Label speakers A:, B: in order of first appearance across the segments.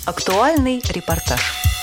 A: Актуальный репортаж.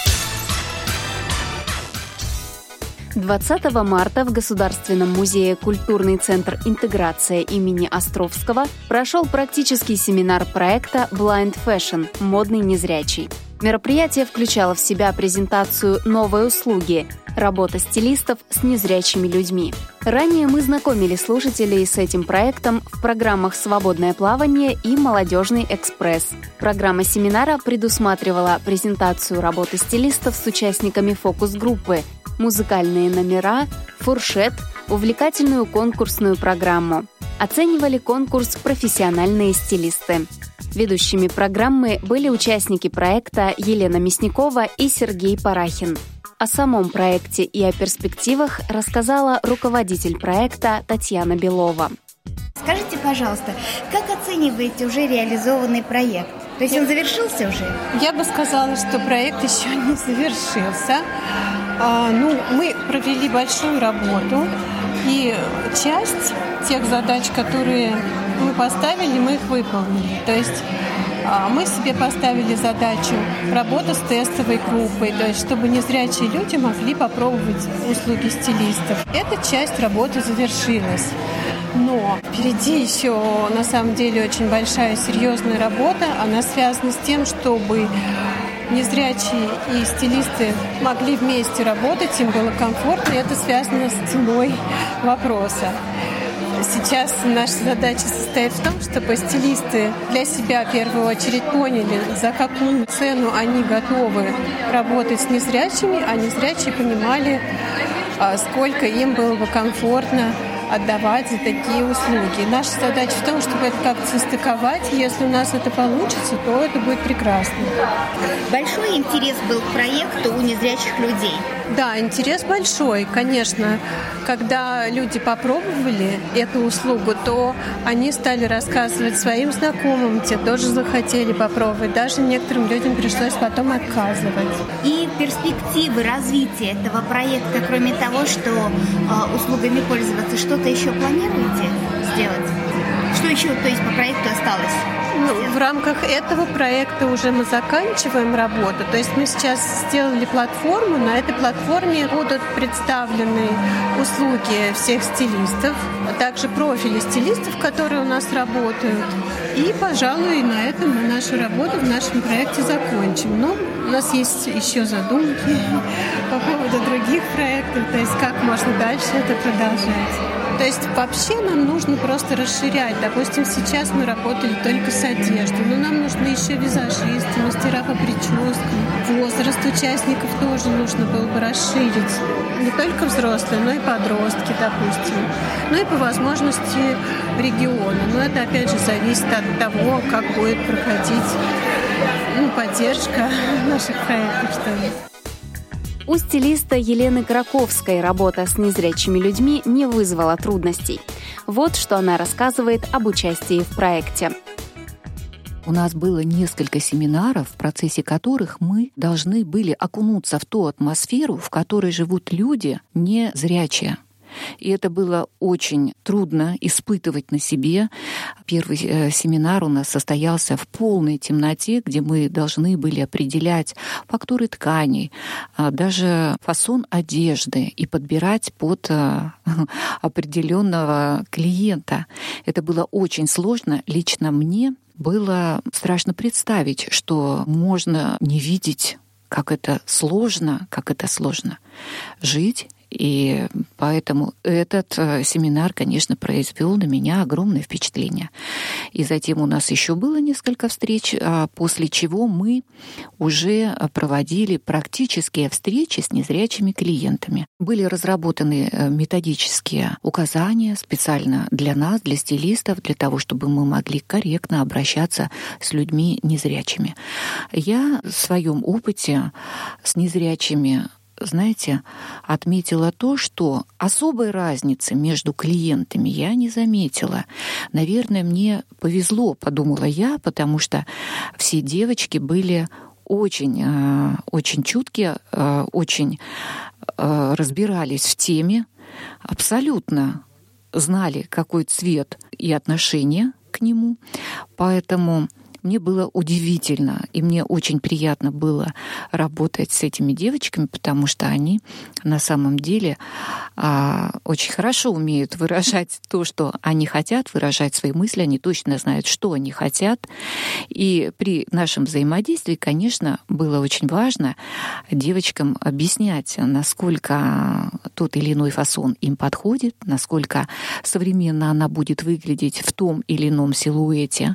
B: 20 марта в Государственном музее «Культурный центр «Интеграция» имени Островского» прошел практический семинар проекта «Blind Fashion. Модный незрячий». Мероприятие включало в себя презентацию новой услуги – работа стилистов с незрячими людьми. Ранее мы знакомили слушателей с этим проектом в программах «Свободное плавание» и «Молодежный экспресс». Программа семинара предусматривала презентацию работы стилистов с участниками фокус-группы, музыкальные номера, фуршет, увлекательную конкурсную программу. Оценивали конкурс профессиональные стилисты. Ведущими программы были участники проекта Елена Мясникова и Сергей Парахин. О самом проекте и о перспективах рассказала руководитель проекта Татьяна Белова.
C: Скажите, пожалуйста, как оцениваете уже реализованный проект? То есть он завершился уже?
D: Я бы сказала, что проект еще не завершился. Мы провели большую работу, и часть тех задач, которые мы поставили, мы их выполнили. То есть мы себе поставили задачу работы с тестовой группой, то есть чтобы незрячие люди могли попробовать услуги стилистов. Эта часть работы завершилась. Но впереди еще на самом деле очень большая серьезная работа. Она связана с тем, чтобы незрячие и стилисты могли вместе работать, им было комфортно, и это связано с ценой вопроса. Сейчас наша задача состоит в том, чтобы стилисты для себя в первую очередь поняли, за какую цену они готовы работать с незрячими, а незрячие понимали, сколько им было бы комфортно отдавать за такие услуги. Наша задача в том, чтобы это как-то состыковать. Если у нас это получится, то это будет прекрасно.
C: Большой интерес был к проекту у незрячих людей?
D: Да, интерес большой, конечно. Когда люди попробовали эту услугу, то они стали рассказывать своим знакомым, те тоже захотели попробовать. Даже некоторым людям пришлось потом отказывать.
C: И перспективы развития этого проекта, кроме того, что услугами пользоваться, что-то еще планируете сделать? Что еще, то есть, по проекту осталось?
D: В рамках этого проекта уже мы заканчиваем работу. То есть мы сейчас сделали платформу. На этой платформе будут представлены услуги всех стилистов, а также профили стилистов, которые у нас работают. И, пожалуй, на этом мы нашу работу в нашем проекте закончим. Но у нас есть еще задумки по поводу других проектов, то есть как можно дальше это продолжать. То есть вообще нам нужно просто расширять. Допустим, сейчас мы работали только с одеждой, но нам нужны еще визажисты, мастера по прическам. Возраст участников тоже нужно было бы расширить. Не только взрослые, но и подростки, допустим. Ну и по возможности региона. Но это опять же зависит от того, как будет проходить поддержка наших проектов, что ли.
B: У стилиста Елены Краковской работа с незрячими людьми не вызвала трудностей. Вот что она рассказывает об участии в проекте.
E: У нас было несколько семинаров, в процессе которых мы должны были окунуться в ту атмосферу, в которой живут люди незрячие. И это было очень трудно испытывать на себе. Первый семинар у нас состоялся в полной темноте, где мы должны были определять фактуры тканей, даже фасон одежды и подбирать под определенного клиента. Это было очень сложно. Лично мне было страшно представить, что можно не видеть, как это сложно жить. И поэтому этот семинар, конечно, произвел на меня огромное впечатление. И затем у нас еще было несколько встреч, после чего мы уже проводили практические встречи с незрячими клиентами. Были разработаны методические указания специально для нас, для стилистов, для того, чтобы мы могли корректно обращаться с людьми незрячими. Я в своем опыте с незрячими, знаете, отметила то, что особой разницы между клиентами я не заметила. Наверное, мне повезло, подумала я, потому что все девочки были очень чуткие, очень разбирались в теме, абсолютно знали, какой цвет и отношение к нему. Поэтому Мне было удивительно, и мне очень приятно было работать с этими девочками, потому что они на самом деле очень хорошо умеют выражать то, что они хотят, выражать свои мысли, они точно знают, что они хотят. И при нашем взаимодействии, конечно, было очень важно девочкам объяснять, насколько тот или иной фасон им подходит, насколько современно она будет выглядеть в том или ином силуэте,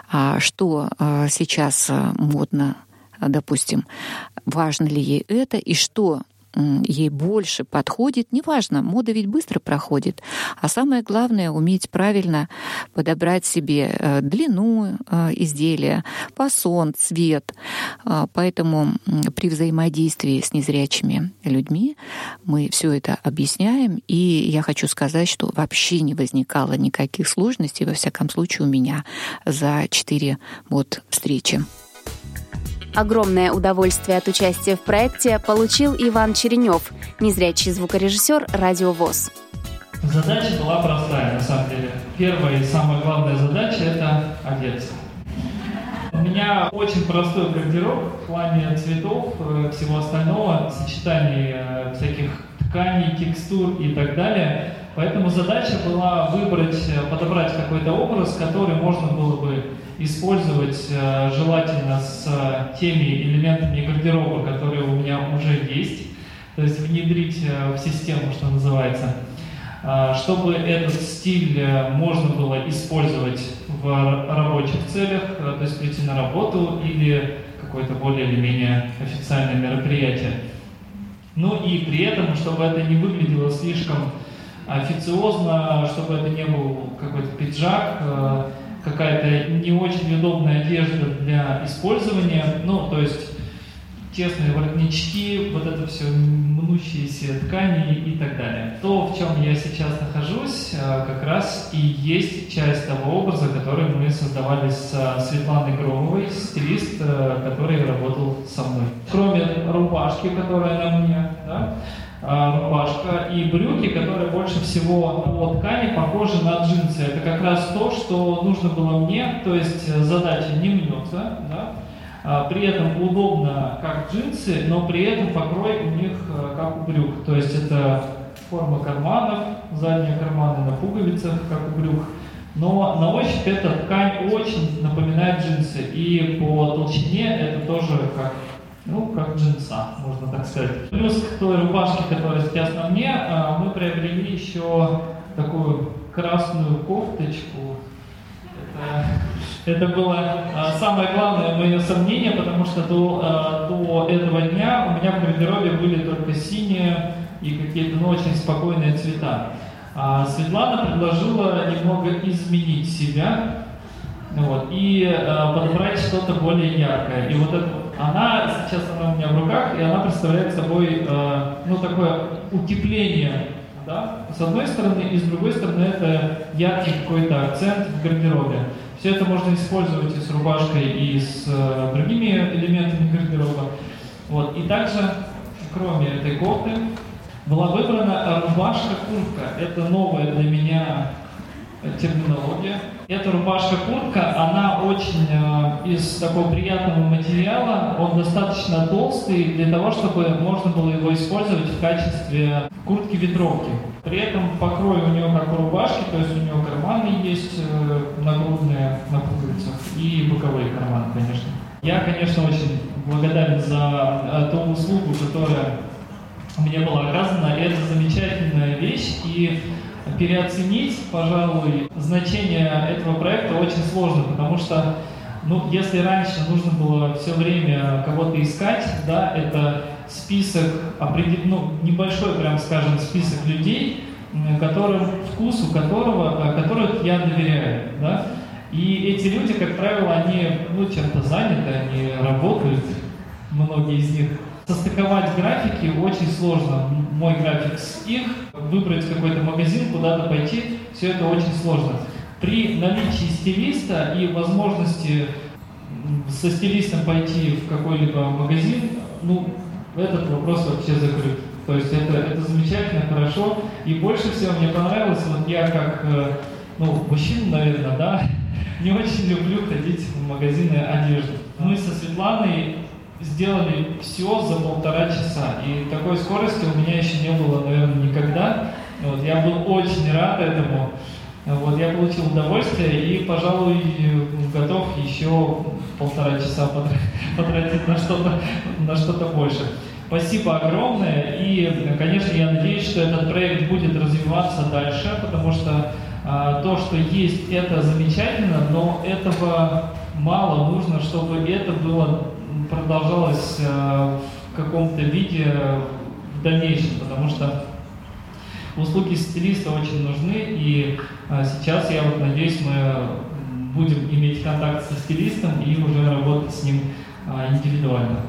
E: что сейчас модно, допустим, важно ли ей это и что ей больше подходит. Неважно, мода ведь быстро проходит. А самое главное — уметь правильно подобрать себе длину изделия, фасон, цвет. Поэтому при взаимодействии с незрячими людьми мы все это объясняем. И я хочу сказать, что вообще не возникало никаких сложностей, во всяком случае, у меня за 4 встречи.
B: Огромное удовольствие от участия в проекте получил Иван Черенев, незрячий звукорежиссер «Радио ВОС».
A: Задача была простая, на самом деле. Первая и самая главная задача – это одеться. У меня очень простой гардероб в плане цветов, всего остального, сочетаний всяких тканей, текстур и так далее. Поэтому задача была подобрать какой-то образ, который можно было бы использовать желательно с теми элементами гардероба, которые у меня уже есть, то есть внедрить в систему, что называется, чтобы этот стиль можно было использовать в рабочих целях, то есть прийти на работу или какое-то более или менее официальное мероприятие. Ну и при этом, чтобы это не выглядело слишком официозно, чтобы это не был какой-то пиджак, какая-то не очень удобная одежда для использования, то есть тесные воротнички, вот это все мнущиеся ткани и так далее. То, в чем я сейчас нахожусь, как раз и есть часть того образа, который мы создавали с Светланой Громовой, стилист, который работал со мной. Кроме рубашки, которая на мне, рубашка и брюки, которые больше всего по ткани похожи на джинсы. Это как раз то, что нужно было мне, то есть задача не мнется, при этом удобно как джинсы, но при этом покрой у них как у брюк. То есть это форма карманов, задние карманы на пуговицах, как у брюк. Но на ощупь эта ткань очень напоминает джинсы. И по толщине это тоже как джинса, можно так сказать. Плюс к той рубашке, которая сейчас на мне, мы приобрели еще такую красную кофточку. Это было самое главное мое сомнение, потому что до этого дня у меня в гардеробе были только синие и какие-то очень спокойные цвета. Светлана предложила немного изменить себя и подобрать что-то более яркое. И вот это сейчас она у меня в руках, и она представляет собой такое утепление. С одной стороны, и с другой стороны, это яркий какой-то акцент в гардеробе. Все это можно использовать и с рубашкой, и с другими элементами гардероба. И также, кроме этой кофты, была выбрана рубашка-куртка. Это новая для меня терминология. Эта рубашка-куртка, она очень из такого приятного материала, он достаточно толстый для того, чтобы можно было его использовать в качестве куртки-ветровки. При этом покрой у него как у рубашки, то есть у него карманы есть нагрудные на пуговицах и боковые карманы, конечно. Я, конечно, очень благодарен за ту услугу, которая мне была оказана. Это замечательная вещь, и переоценить, пожалуй, значение этого проекта очень сложно, потому что, если раньше нужно было все время кого-то искать, это список, небольшой, прям скажем, список людей, вкусу которых я доверяю, и эти люди, как правило, они, чем-то заняты, они работают, многие из них. Состыковать графики очень сложно. Мой график с их, выбрать какой-то магазин, куда-то пойти, все это очень сложно. При наличии стилиста и возможности со стилистом пойти в какой-либо магазин, этот вопрос вообще закрыт. То есть это замечательно, хорошо. И больше всего мне понравилось, я как мужчина, наверное, не очень люблю ходить в магазины одежды. Мы со Светланой сделали все за 1,5 часа. И такой скорости у меня еще не было, наверное, никогда. Вот, я был очень рад этому. Вот, я получил удовольствие и, пожалуй, готов еще 1,5 часа потратить на что-то больше. Спасибо огромное. И, конечно, я надеюсь, что этот проект будет развиваться дальше, потому что то, что есть, это замечательно, но этого мало. Нужно, чтобы это было продолжалось в каком-то виде в дальнейшем, потому что услуги стилиста очень нужны, и сейчас, я вот надеюсь, мы будем иметь контакт со стилистом и уже работать с ним индивидуально.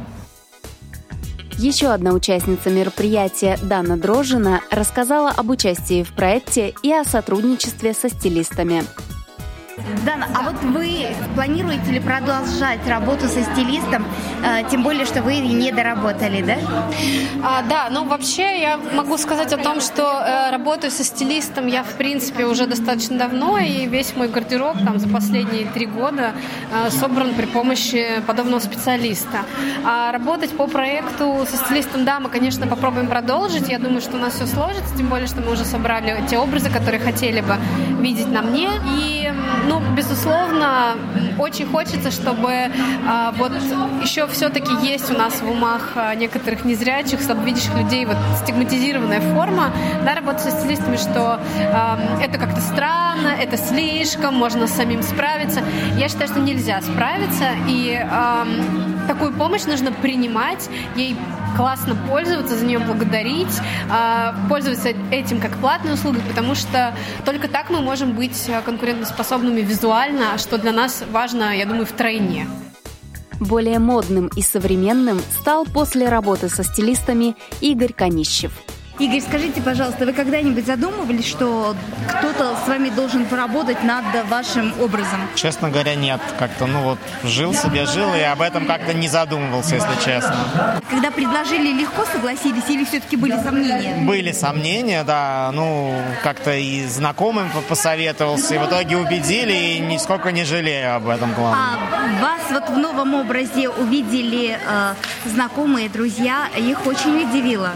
B: Еще одна участница мероприятия, Дана Дрожжина, рассказала об участии в проекте и о сотрудничестве со стилистами.
C: Дана, а вот вы планируете ли продолжать работу со стилистом, тем более, что вы не доработали, да?
D: Да, ну вообще я могу сказать о том, что работаю со стилистом я, в принципе, уже достаточно давно, и весь мой гардероб там за последние 3 года собран при помощи подобного специалиста. А работать по проекту со стилистом, да, мы, конечно, попробуем продолжить. Я думаю, что у нас все сложится, тем более, что мы уже собрали те образы, которые хотели бы видеть на мне. И безусловно, очень хочется, чтобы вот еще все-таки есть у нас в умах некоторых незрячих, слабовидящих людей вот стигматизированная форма, да, работать со стилистами, что это как-то странно, это слишком, можно самим справиться. Я считаю, что нельзя справиться, и такую помощь нужно принимать, ей классно пользоваться, за нее благодарить, пользоваться этим как платной услугой, потому что только так мы можем быть конкурентоспособными визуально, что для нас важно, я думаю, втройне.
B: Более модным и современным стал после работы со стилистами Игорь Конищев.
C: Игорь, скажите, пожалуйста, вы когда-нибудь задумывались, что кто-то с вами должен поработать над вашим образом?
F: Честно говоря, нет. Как-то, жил себе, и об этом как-то не задумывался, если честно.
C: Когда предложили, легко согласились или все-таки были сомнения?
F: Были сомнения, да. Как-то и знакомым посоветовался, и в итоге убедили, и нисколько не жалею об этом, главное.
C: А вас вот в новом образе увидели знакомые, друзья, их очень удивило.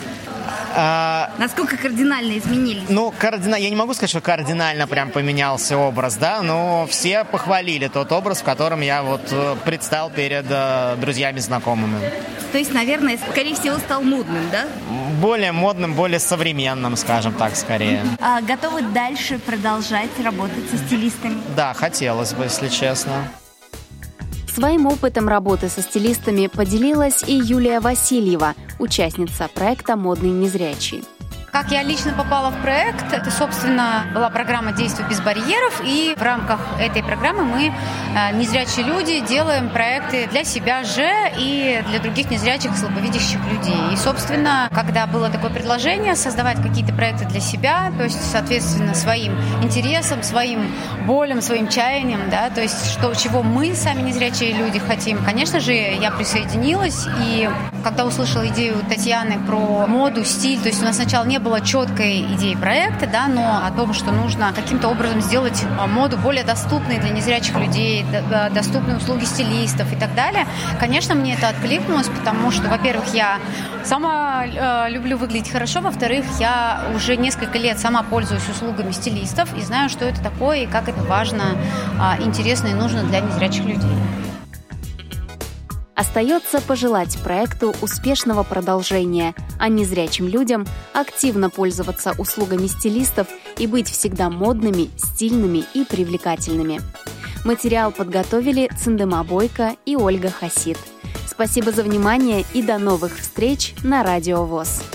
C: Насколько кардинально изменились?
F: Я не могу сказать, что кардинально прям поменялся образ, да, но все похвалили тот образ, в котором я предстал перед друзьями, знакомыми.
C: То есть, наверное, скорее всего, стал модным, да?
F: Более модным, более современным, скажем так, скорее.
C: Готовы дальше продолжать работать со стилистами?
F: Да, хотелось бы, если честно.
B: Своим опытом работы со стилистами поделилась и Юлия Васильева, участница проекта «Модный незрячий».
G: Как я лично попала в проект, это, собственно, была программа «Действуй без барьеров», и в рамках этой программы мы, незрячие люди, делаем проекты для себя же и для других незрячих, слабовидящих людей. И, собственно, когда было такое предложение создавать какие-то проекты для себя, то есть, соответственно, своим интересам, своим болям, своим чаяниям, да, то есть, чего мы, сами незрячие люди, хотим, конечно же, я присоединилась, и когда услышала идею Татьяны про моду, стиль, то есть у нас сначала не было четкой идеи проекта, да, но о том, что нужно каким-то образом сделать моду более доступной для незрячих людей, доступные услуги стилистов и так далее. Конечно, мне это откликнулось, потому что, во-первых, я сама люблю выглядеть хорошо, во-вторых, я уже несколько лет сама пользуюсь услугами стилистов и знаю, что это такое и как это важно, интересно и нужно для незрячих людей.
B: Остается пожелать проекту успешного продолжения, а незрячим людям активно пользоваться услугами стилистов и быть всегда модными, стильными и привлекательными. Материал подготовили Циндема Бойко и Ольга Хасид. Спасибо за внимание и до новых встреч на Радио ВОС.